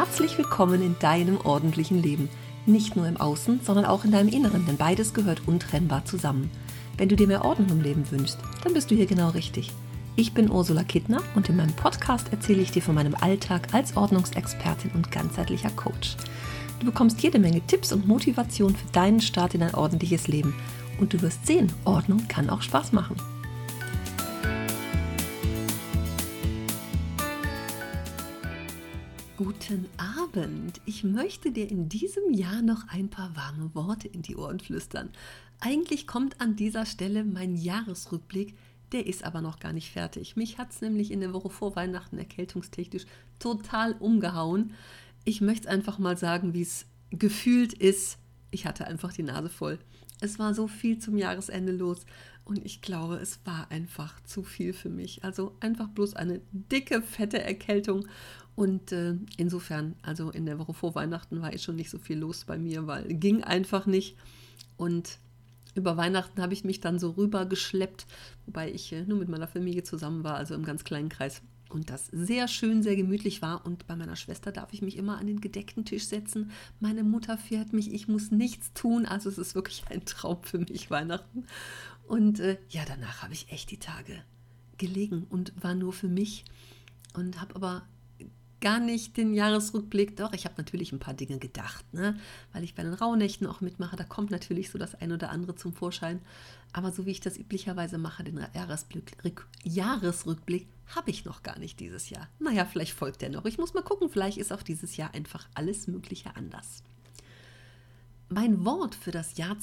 Herzlich willkommen in deinem ordentlichen Leben. Nicht nur im Außen, sondern auch in deinem Inneren, denn beides gehört untrennbar zusammen. Wenn du dir mehr Ordnung im Leben wünschst, dann bist du hier genau richtig. Ich bin Ursula Kittner und in meinem Podcast erzähle ich dir von meinem Alltag als Ordnungsexpertin und ganzheitlicher Coach. Du bekommst jede Menge Tipps und Motivation für deinen Start in ein ordentliches Leben. Und du wirst sehen, Ordnung kann auch Spaß machen. Guten Abend! Ich möchte dir in diesem Jahr noch ein paar warme Worte in die Ohren flüstern. Eigentlich kommt an dieser Stelle mein Jahresrückblick, der ist aber noch gar nicht fertig. Mich hat es nämlich in der Woche vor Weihnachten erkältungstechnisch total umgehauen. Ich möchte einfach mal sagen, wie es gefühlt ist. Ich hatte einfach die Nase voll. Es war so viel zum Jahresende los und ich glaube, es war einfach zu viel für mich. Also einfach bloß eine dicke, fette Erkältung. Und insofern, also in der Woche vor Weihnachten war schon nicht so viel los bei mir, weil ging einfach nicht. Und über Weihnachten habe ich mich dann so rübergeschleppt, wobei ich nur mit meiner Familie zusammen war, also im ganz kleinen Kreis. Und das sehr schön, sehr gemütlich war. Und bei meiner Schwester darf ich mich immer an den gedeckten Tisch setzen. Meine Mutter fährt mich, ich muss nichts tun. Also es ist wirklich ein Traum für mich, Weihnachten. Und danach habe ich echt die Tage gelegen und war nur für mich und habe aber gar nicht den Jahresrückblick. Doch, ich habe natürlich ein paar Dinge gedacht, ne? Weil ich bei den Rauhnächten auch mitmache. Da kommt natürlich so das ein oder andere zum Vorschein. Aber so wie ich das üblicherweise mache, den Jahresrückblick, habe ich noch gar nicht dieses Jahr. Naja, vielleicht folgt der noch. Ich muss mal gucken, vielleicht ist auch dieses Jahr einfach alles Mögliche anders. Mein Wort für das Jahr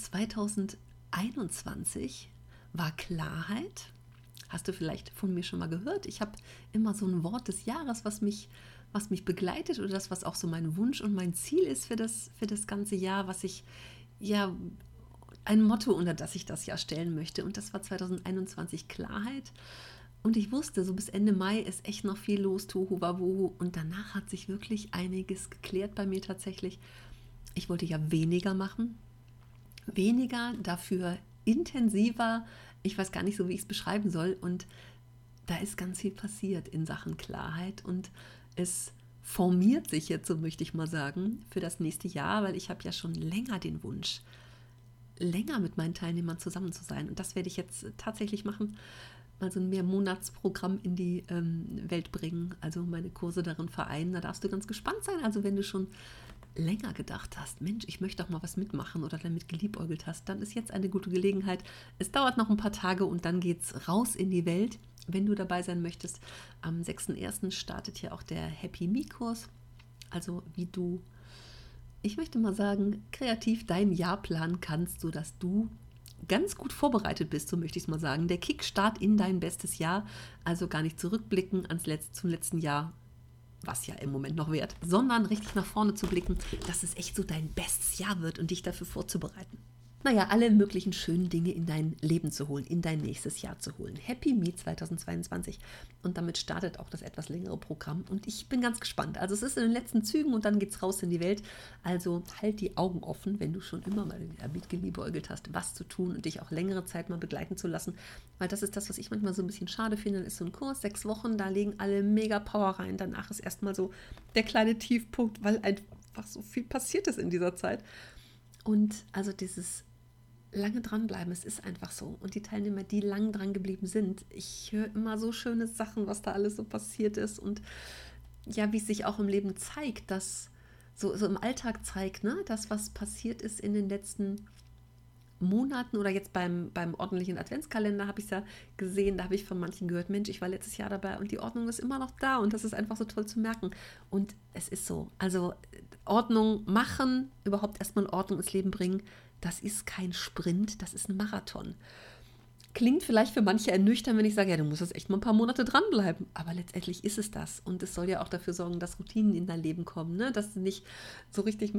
2021 war Klarheit. Hast du vielleicht von mir schon mal gehört? Ich habe immer so ein Wort des Jahres, was mich begleitet oder das, was auch so mein Wunsch und mein Ziel ist für das ganze Jahr, was ich, ein Motto, unter das ich das Jahr stellen möchte. Und das war 2021 Klarheit. Und ich wusste, so bis Ende Mai ist echt noch viel los, Tohu Wabohu. Und danach hat sich wirklich einiges geklärt bei mir tatsächlich. Ich wollte ja weniger machen. Weniger, dafür intensiver. Ich weiß gar nicht so, wie ich es beschreiben soll. Und da ist ganz viel passiert in Sachen Klarheit. Und es formiert sich jetzt, so möchte ich mal sagen, für das nächste Jahr, weil ich habe ja schon länger den Wunsch, länger mit meinen Teilnehmern zusammen zu sein. Und das werde ich jetzt tatsächlich machen, mal so ein Mehrmonatsprogramm in die Welt bringen, also meine Kurse darin vereinen. Da darfst du ganz gespannt sein. Also wenn du schon länger gedacht hast, Mensch, ich möchte doch mal was mitmachen oder damit geliebäugelt hast, dann ist jetzt eine gute Gelegenheit. Es dauert noch ein paar Tage und dann geht's raus in die Welt. Wenn du dabei sein möchtest, am 6.1. startet hier auch der Happy Me-Kurs. Also wie du, ich möchte mal sagen, kreativ dein Jahr planen kannst, sodass du ganz gut vorbereitet bist, so möchte ich es mal sagen. Der Kickstart in dein bestes Jahr, also gar nicht zurückblicken zum letzten Jahr, was ja im Moment noch währt, sondern richtig nach vorne zu blicken, dass es echt so dein bestes Jahr wird und dich dafür vorzubereiten. Naja, alle möglichen schönen Dinge in dein Leben zu holen, in dein nächstes Jahr zu holen. Happy Me 2022. Und damit startet auch das etwas längere Programm. Und ich bin ganz gespannt. Also es ist in den letzten Zügen und dann geht's raus in die Welt. Also halt die Augen offen, wenn du schon immer mal damit geliebäugelt hast, was zu tun und dich auch längere Zeit mal begleiten zu lassen. Weil das ist das, was ich manchmal so ein bisschen schade finde. Dann ist so ein Kurs, 6 Wochen, da legen alle mega Power rein. Danach ist erstmal so der kleine Tiefpunkt, weil einfach so viel passiert ist in dieser Zeit. Und also dieses lange dranbleiben, es ist einfach so. Und die Teilnehmer, die lang dran geblieben sind, ich höre immer so schöne Sachen, was da alles so passiert ist und ja, wie es sich auch im Leben zeigt, dass so im Alltag zeigt, ne, das, was passiert ist in den letzten Monaten oder jetzt beim ordentlichen Adventskalender habe ich es ja gesehen, da habe ich von manchen gehört, Mensch, ich war letztes Jahr dabei und die Ordnung ist immer noch da und das ist einfach so toll zu merken. Und es ist so, also Ordnung machen, überhaupt erstmal Ordnung ins Leben bringen, das ist kein Sprint, das ist ein Marathon. Klingt vielleicht für manche ernüchternd, wenn ich sage, ja, du musst jetzt echt mal ein paar Monate dranbleiben. Aber letztendlich ist es das. Und es soll ja auch dafür sorgen, dass Routinen in dein Leben kommen, ne? Dass du nicht so richtig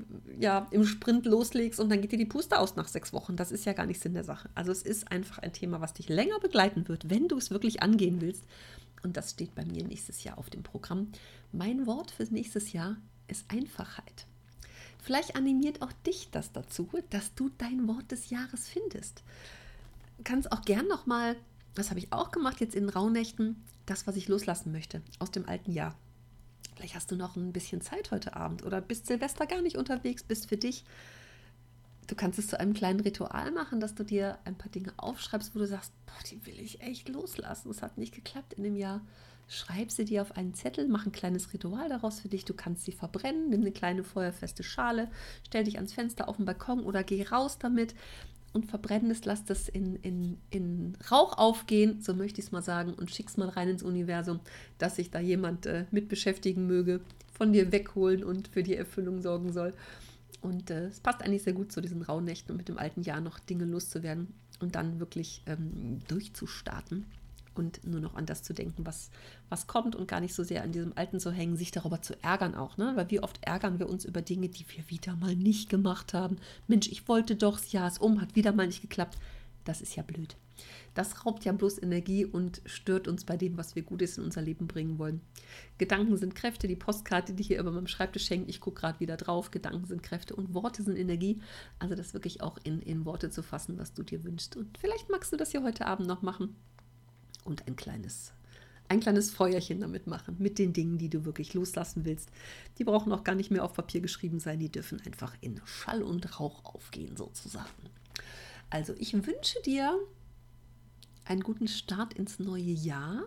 im Sprint loslegst und dann geht dir die Puste aus nach 6 Wochen. Das ist ja gar nicht Sinn der Sache. Also es ist einfach ein Thema, was dich länger begleiten wird, wenn du es wirklich angehen willst. Und das steht bei mir nächstes Jahr auf dem Programm. Mein Wort für nächstes Jahr ist Einfachheit. Vielleicht animiert auch dich das dazu, dass du dein Wort des Jahres findest. Du kannst auch gern nochmal, das habe ich auch gemacht jetzt in den Rauhnächten, das, was ich loslassen möchte aus dem alten Jahr. Vielleicht hast du noch ein bisschen Zeit heute Abend oder bist Silvester gar nicht unterwegs, bist für dich. Du kannst es zu einem kleinen Ritual machen, dass du dir ein paar Dinge aufschreibst, wo du sagst, boah, die will ich echt loslassen. Es hat nicht geklappt in dem Jahr. Schreib sie dir auf einen Zettel, mach ein kleines Ritual daraus für dich. Du kannst sie verbrennen, nimm eine kleine feuerfeste Schale, stell dich ans Fenster auf den Balkon oder geh raus damit und verbrenn es, lass das in Rauch aufgehen, so möchte ich es mal sagen, und schick's mal rein ins Universum, dass sich da jemand mit beschäftigen möge, von dir wegholen und für die Erfüllung sorgen soll. Und es passt eigentlich sehr gut zu diesen Rauhnächten und mit dem alten Jahr noch Dinge loszuwerden und dann wirklich durchzustarten und nur noch an das zu denken, was kommt und gar nicht so sehr an diesem Alten zu hängen, sich darüber zu ärgern auch, ne? Weil wie oft ärgern wir uns über Dinge, die wir wieder mal nicht gemacht haben. Mensch, ich wollte doch, das Jahr ist hat wieder mal nicht geklappt. Das ist ja blöd. Das raubt ja bloß Energie und stört uns bei dem, was wir Gutes in unser Leben bringen wollen. Gedanken sind Kräfte, die Postkarte, die hier über meinem Schreibtisch hängt, ich gucke gerade wieder drauf, Gedanken sind Kräfte und Worte sind Energie. Also das wirklich auch in Worte zu fassen, was du dir wünschst. Und vielleicht magst du das hier heute Abend noch machen und ein kleines Feuerchen damit machen, mit den Dingen, die du wirklich loslassen willst. Die brauchen auch gar nicht mehr auf Papier geschrieben sein, die dürfen einfach in Schall und Rauch aufgehen sozusagen. Also ich wünsche dir einen guten Start ins neue Jahr,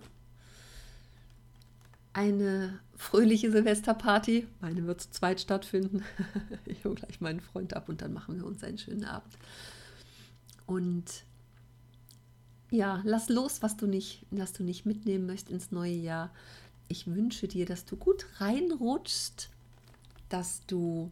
eine fröhliche Silvesterparty. Meine wird zu zweit stattfinden. Ich hole gleich meinen Freund ab und dann machen wir uns einen schönen Abend. Und ja, lass los, was du nicht mitnehmen möchtest ins neue Jahr. Ich wünsche dir, dass du gut reinrutschst, dass du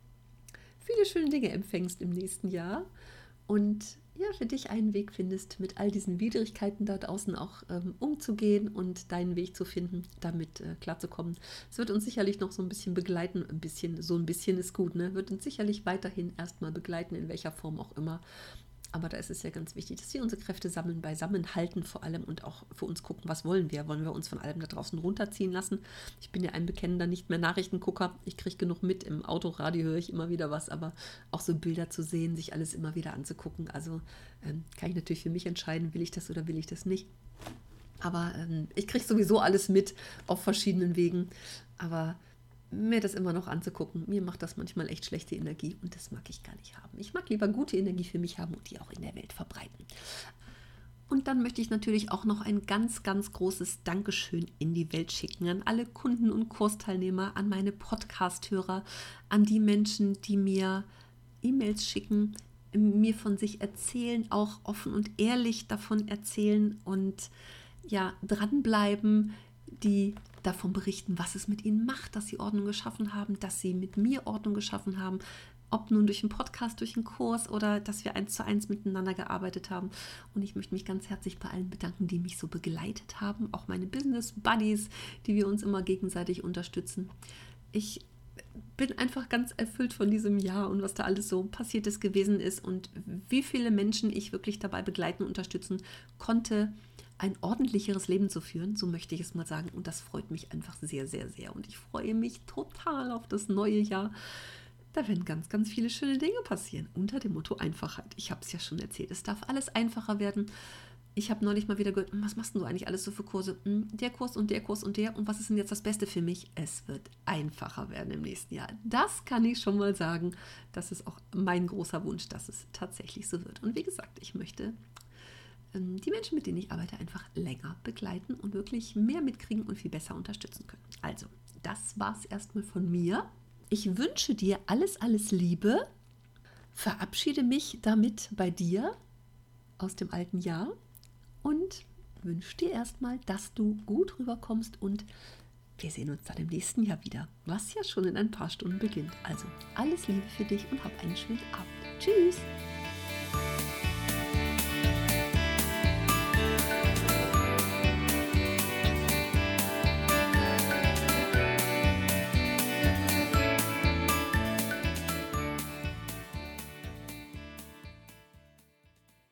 viele schöne Dinge empfängst im nächsten Jahr und ja, für dich einen Weg findest, mit all diesen Widrigkeiten da draußen auch umzugehen und deinen Weg zu finden, damit klarzukommen. Es wird uns sicherlich noch so ein bisschen begleiten, so ein bisschen ist gut, ne? Wird uns sicherlich weiterhin erstmal begleiten, in welcher Form auch immer. Aber da ist es ja ganz wichtig, dass wir unsere Kräfte beisammen halten vor allem und auch für uns gucken, was wollen wir? Wollen wir uns von allem da draußen runterziehen lassen? Ich bin ja ein bekennender nicht mehr Nachrichtengucker. Ich kriege genug mit. Im Autoradio höre ich immer wieder was, aber auch so Bilder zu sehen, sich alles immer wieder anzugucken. Also kann ich natürlich für mich entscheiden, will ich das oder will ich das nicht. Aber ich kriege sowieso alles mit auf verschiedenen Wegen. Aber mir das immer noch anzugucken, mir macht das manchmal echt schlechte Energie und das mag ich gar nicht haben. Ich mag lieber gute Energie für mich haben und die auch in der Welt verbreiten. Und dann möchte ich natürlich auch noch ein ganz, ganz großes Dankeschön in die Welt schicken an alle Kunden und Kursteilnehmer, an meine Podcast-Hörer, an die Menschen, die mir E-Mails schicken, mir von sich erzählen, auch offen und ehrlich davon erzählen und ja, dranbleiben, die davon berichten, was es mit ihnen macht, dass sie Ordnung geschaffen haben, dass sie mit mir Ordnung geschaffen haben, ob nun durch einen Podcast, durch einen Kurs oder dass wir 1:1 miteinander gearbeitet haben. Und ich möchte mich ganz herzlich bei allen bedanken, die mich so begleitet haben, auch meine Business Buddies, die wir uns immer gegenseitig unterstützen. Ich bin einfach ganz erfüllt von diesem Jahr und was da alles so Passiertes gewesen ist und wie viele Menschen ich wirklich dabei begleiten und unterstützen konnte, ein ordentlicheres Leben zu führen, so möchte ich es mal sagen. Und das freut mich einfach sehr, sehr, sehr. Und ich freue mich total auf das neue Jahr. Da werden ganz, ganz viele schöne Dinge passieren. Unter dem Motto Einfachheit. Ich habe es ja schon erzählt. Es darf alles einfacher werden. Ich habe neulich mal wieder gehört, was machst du eigentlich alles so für Kurse? Der Kurs und der Kurs und der. Und was ist denn jetzt das Beste für mich? Es wird einfacher werden im nächsten Jahr. Das kann ich schon mal sagen. Das ist auch mein großer Wunsch, dass es tatsächlich so wird. Und wie gesagt, ich möchte die Menschen, mit denen ich arbeite, einfach länger begleiten und wirklich mehr mitkriegen und viel besser unterstützen können. Also, das war es erstmal von mir. Ich wünsche dir alles, alles Liebe. Verabschiede mich damit bei dir aus dem alten Jahr und wünsche dir erstmal, dass du gut rüberkommst und wir sehen uns dann im nächsten Jahr wieder, was ja schon in ein paar Stunden beginnt. Also, alles Liebe für dich und hab einen schönen Abend. Tschüss!